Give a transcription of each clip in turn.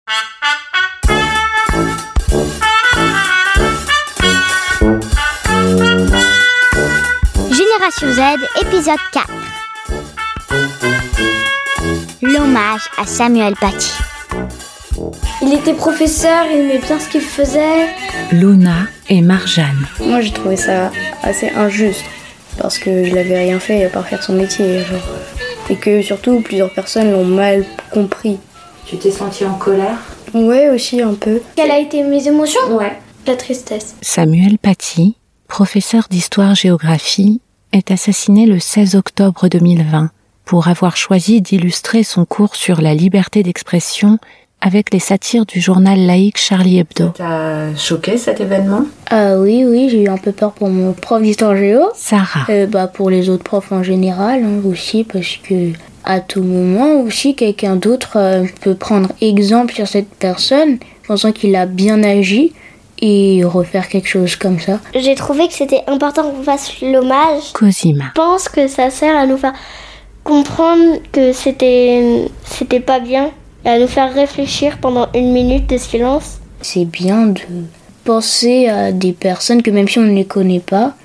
Génération Z, épisode 4. L'hommage à Samuel Paty. Il était professeur, il aimait bien ce qu'il faisait. Luna et Marjane. Moi, j'ai trouvé ça assez injuste, parce que je n'avais rien fait à part faire son métier. Et que surtout, plusieurs personnes l'ont mal compris. Tu t'es sentie en colère ? Ouais, aussi un peu. Quelles a été mes émotions ? Ouais. La tristesse. Samuel Paty, professeur d'histoire-géographie, est assassiné le 16 octobre 2020 pour avoir choisi d'illustrer son cours sur la liberté d'expression avec les satires du journal laïque Charlie Hebdo. T'as choqué cet événement ? Oui, j'ai eu un peu peur pour mon prof d'histoire géo. Sarah. Pour les autres profs en général aussi, parce que à tout moment aussi, quelqu'un d'autre peut prendre exemple sur cette personne, pensant qu'il a bien agi, et refaire quelque chose comme ça. J'ai trouvé que c'était important qu'on fasse l'hommage. Cosima. Je pense que ça sert à nous faire comprendre que c'était pas bien et à nous faire réfléchir pendant 1 minute de silence. C'est bien de penser à des personnes que même si on ne les connaît pas,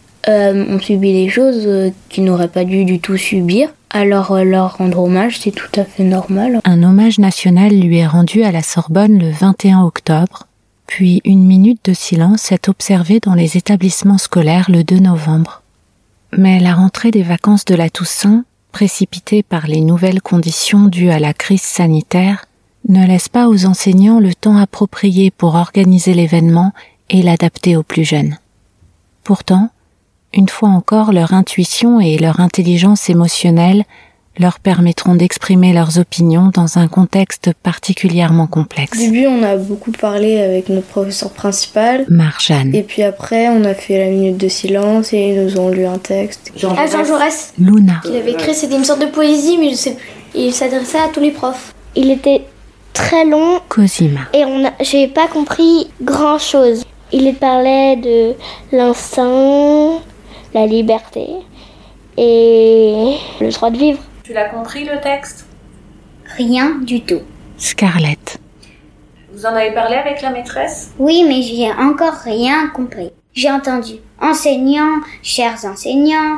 ont subi des choses qu'ils n'auraient pas dû du tout subir. Alors leur rendre hommage, c'est tout à fait normal. Un hommage national lui est rendu à la Sorbonne le 21 octobre. Puis 1 minute de silence est observée dans les établissements scolaires le 2 novembre. Mais la rentrée des vacances de la Toussaint, précipitée par les nouvelles conditions dues à la crise sanitaire, ne laisse pas aux enseignants le temps approprié pour organiser l'événement et l'adapter aux plus jeunes. Pourtant, une fois encore, leur intuition et leur intelligence émotionnelle leur permettront d'exprimer leurs opinions dans un contexte particulièrement complexe. Au début, on a beaucoup parlé avec notre professeur principal. Marjane. Et puis après, on a fait la minute de silence et ils nous ont lu un texte. Jean Jaurès. Luna. Il avait écrit, c'était une sorte de poésie, mais je sais plus. Il s'adressait à tous les profs. Il était très long. Cosima. Et j'ai pas compris grand-chose. Il parlait de l'instinct, la liberté et le droit de vivre. Tu l'as compris le texte ? Rien du tout. Scarlett. Vous en avez parlé avec la maîtresse ? Oui, mais j'ai encore rien compris. J'ai entendu enseignants, chers enseignants,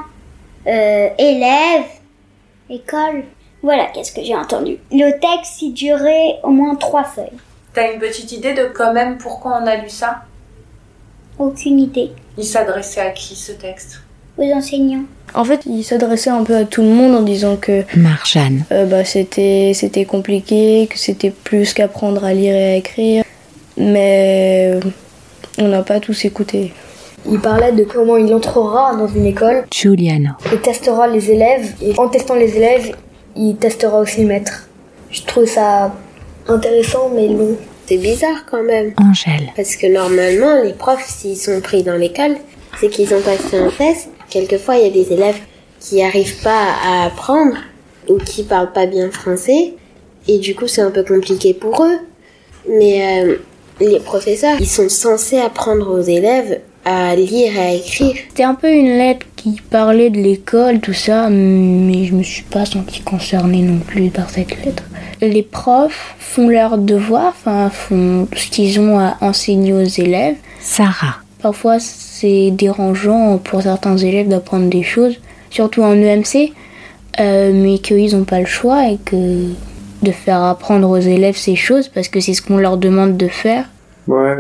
élèves, école. Voilà, qu'est-ce que j'ai entendu. Le texte, il durait au moins 3 feuilles. T'as une petite idée de quand même pourquoi on a lu ça ? Aucune idée. Il s'adressait à qui ce texte ? Aux enseignants. En fait, il s'adressait un peu à tout le monde en disant que Marjane. c'était compliqué, que c'était plus qu'apprendre à lire et à écrire, mais on n'a pas tous écouté. Il parlait de comment il entrera dans une école. Giuliano. Il testera les élèves, et en testant les élèves, il testera aussi le maître. Je trouve ça intéressant, mais long. C'est bizarre quand même. Angèle. Parce que normalement, les profs, s'ils sont pris dans l'école, c'est qu'ils ont passé un test. Quelquefois, il y a des élèves qui n'arrivent pas à apprendre ou qui parlent pas bien français. Et du coup, c'est un peu compliqué pour eux. Mais les professeurs, ils sont censés apprendre aux élèves à lire et à écrire. C'était un peu une lettre qui parlait de l'école, tout ça, mais je me suis pas sentie concernée non plus par cette lettre. Les profs font leur devoir, font ce qu'ils ont à enseigner aux élèves. Sarah. Parfois, c'est dérangeant pour certains élèves d'apprendre des choses, surtout en EMC, mais qu'ils n'ont pas le choix et que de faire apprendre aux élèves ces choses parce que c'est ce qu'on leur demande de faire. Ouais,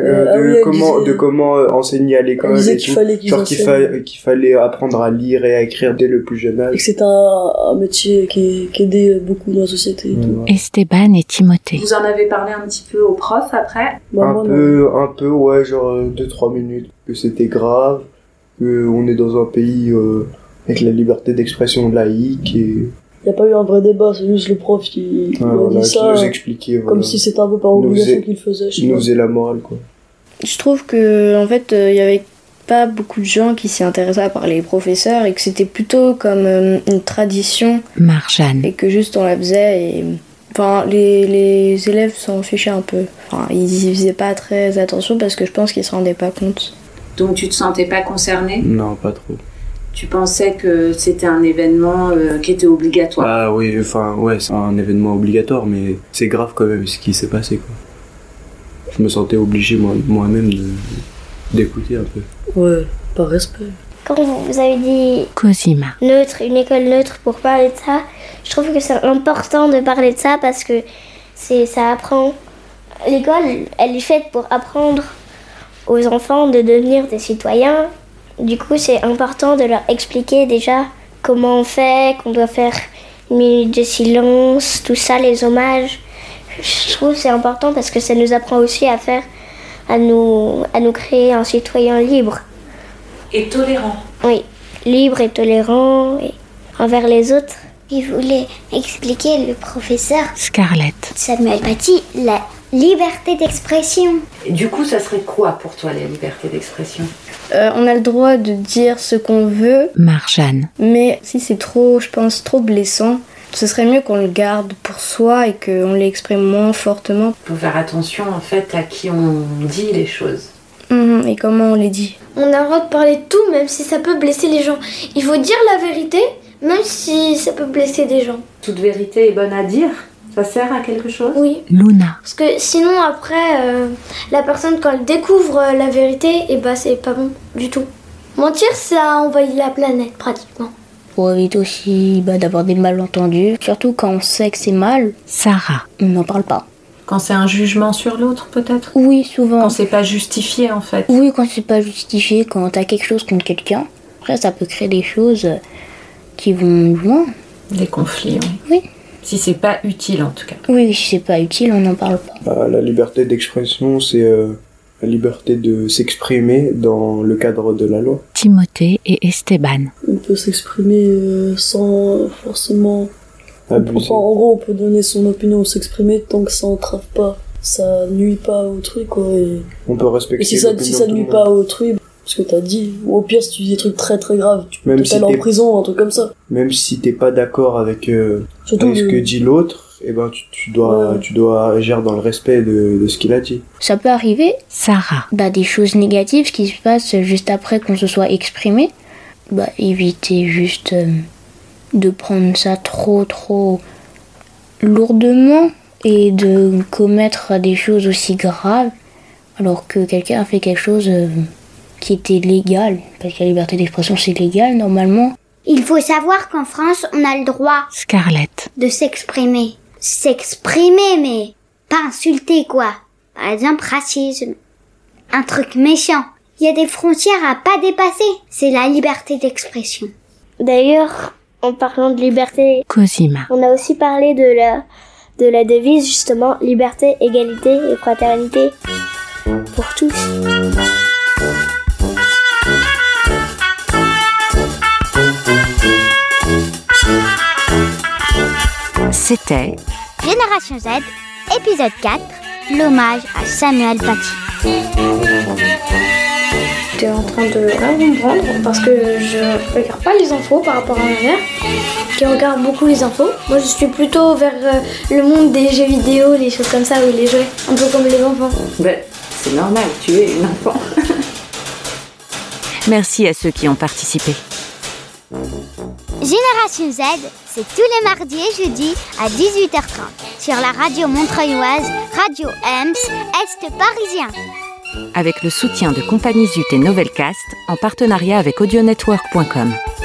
comment enseigner à l'école et tout. Qu'il fallait apprendre à lire et à écrire dès le plus jeune âge. Et que c'est un métier qui aidait beaucoup dans la société. Ouais. Esteban et Timothée. Vous en avez parlé un petit peu aux profs après ? Un peu, ouais, genre 2-3 minutes. Que c'était grave, qu'on est dans un pays avec la liberté d'expression laïque et... Il n'y a pas eu un vrai débat, c'est juste le prof qui a dit ça, nous expliquait, comme si c'était un peu par obligation qu'il faisait. Il nous faisait la morale, quoi. Je trouve que en fait, il y avait pas beaucoup de gens qui s'y intéressaient à part les professeurs et que c'était plutôt comme une tradition. Marjane. Et que juste on la faisait et... Enfin, les élèves s'en fichaient un peu. Enfin, ils y faisaient pas très attention parce que je pense qu'ils se rendaient pas compte. Donc tu te sentais pas concernée ? Non, pas trop. Tu pensais que c'était un événement qui était obligatoire? Ah oui, enfin ouais, c'est un événement obligatoire, mais c'est grave quand même ce qui s'est passé, quoi. Je me sentais obligé moi-même d'écouter un peu. Ouais, par respect. Quand vous avez dit Cosima. neutre, une école neutre pour parler de ça, je trouve que c'est important de parler de ça parce que ça apprend. L'école, elle est faite pour apprendre aux enfants de devenir des citoyens. Du coup, c'est important de leur expliquer déjà comment on fait, qu'on doit faire une minute de silence, tout ça, les hommages. Je trouve que c'est important parce que ça nous apprend aussi à nous créer un citoyen libre. Et tolérant. Oui, libre et tolérant et envers les autres. Il voulait expliquer, le professeur Scarlett. Samuel Paty, la liberté d'expression. Et du coup, ça serait quoi pour toi, la liberté d'expression? On a le droit de dire ce qu'on veut, Marjane. mais si c'est trop, je pense, trop blessant, ce serait mieux qu'on le garde pour soi et qu'on l'exprime moins fortement. Il faut faire attention, en fait, à qui on dit les choses. Et comment on les dit. On a le droit de parler de tout, même si ça peut blesser les gens. Il faut dire la vérité, même si ça peut blesser des gens. Toute vérité est bonne à dire? Ça sert à quelque chose? Oui. Luna. Parce que sinon, après, la personne, quand elle découvre la vérité, c'est pas bon du tout. Mentir, ça envahit la planète, pratiquement. Pour éviter aussi d'avoir des malentendus, surtout quand on sait que c'est mal, Sarah. on n'en parle pas. Quand c'est un jugement sur l'autre, peut-être? Oui, souvent. Quand c'est pas justifié, en fait. Oui, quand c'est pas justifié, quand t'as quelque chose contre quelqu'un. Après, ça peut créer des choses qui vont loin. Des conflits, Oui. Si c'est pas utile, en tout cas. Oui, si c'est pas utile, on n'en parle pas. La liberté d'expression, c'est la liberté de s'exprimer dans le cadre de la loi. Timothée et Esteban. On peut s'exprimer sans forcément... Abuser. Enfin, en gros, on peut donner son opinion, s'exprimer tant que ça entrave pas, ça nuit pas à autrui, quoi. On peut respecter Et si ça l'opinion de tout nuit le pas à monde. autrui, ce que t'as dit, ou au pire, si tu dis des trucs très très graves, tu peux Même peut-être si aller en t'es- prison, un truc comme ça. Même si t'es pas d'accord avec Surtout ce que dit l'autre, eh ben tu dois agir dans le respect de ce qu'il a dit. Ça peut arriver, Sarah. des choses négatives qui se passent juste après qu'on se soit exprimé. Éviter juste de prendre ça trop lourdement et de commettre des choses aussi graves alors que quelqu'un a fait quelque chose qui était légal, parce que la liberté d'expression c'est légal normalement. Il faut savoir qu'en France, on a le droit Scarlett. de s'exprimer. S'exprimer, mais pas insulter, quoi. Par exemple, racisme. Un truc méchant. Il y a des frontières à pas dépasser. C'est la liberté d'expression. D'ailleurs, en parlant de liberté, Cosima. on a aussi parlé de la devise justement liberté, égalité et fraternité pour tous. C'était Génération Z, épisode 4, l'hommage à Samuel Paty. J'étais en train de rien comprendre parce que je regarde pas les infos par rapport à ma mère qui regarde beaucoup les infos. Moi je suis plutôt vers le monde des jeux vidéo, les choses comme ça où les jouets, un peu comme les enfants. C'est normal, tu es une enfant. Merci à ceux qui ont participé. Génération Z, c'est tous les mardis et jeudis à 18h30 sur la radio montreuilloise Radio Ems, Est parisien. Avec le soutien de Compagnie Zut et Novelcast en partenariat avec audionetwork.com.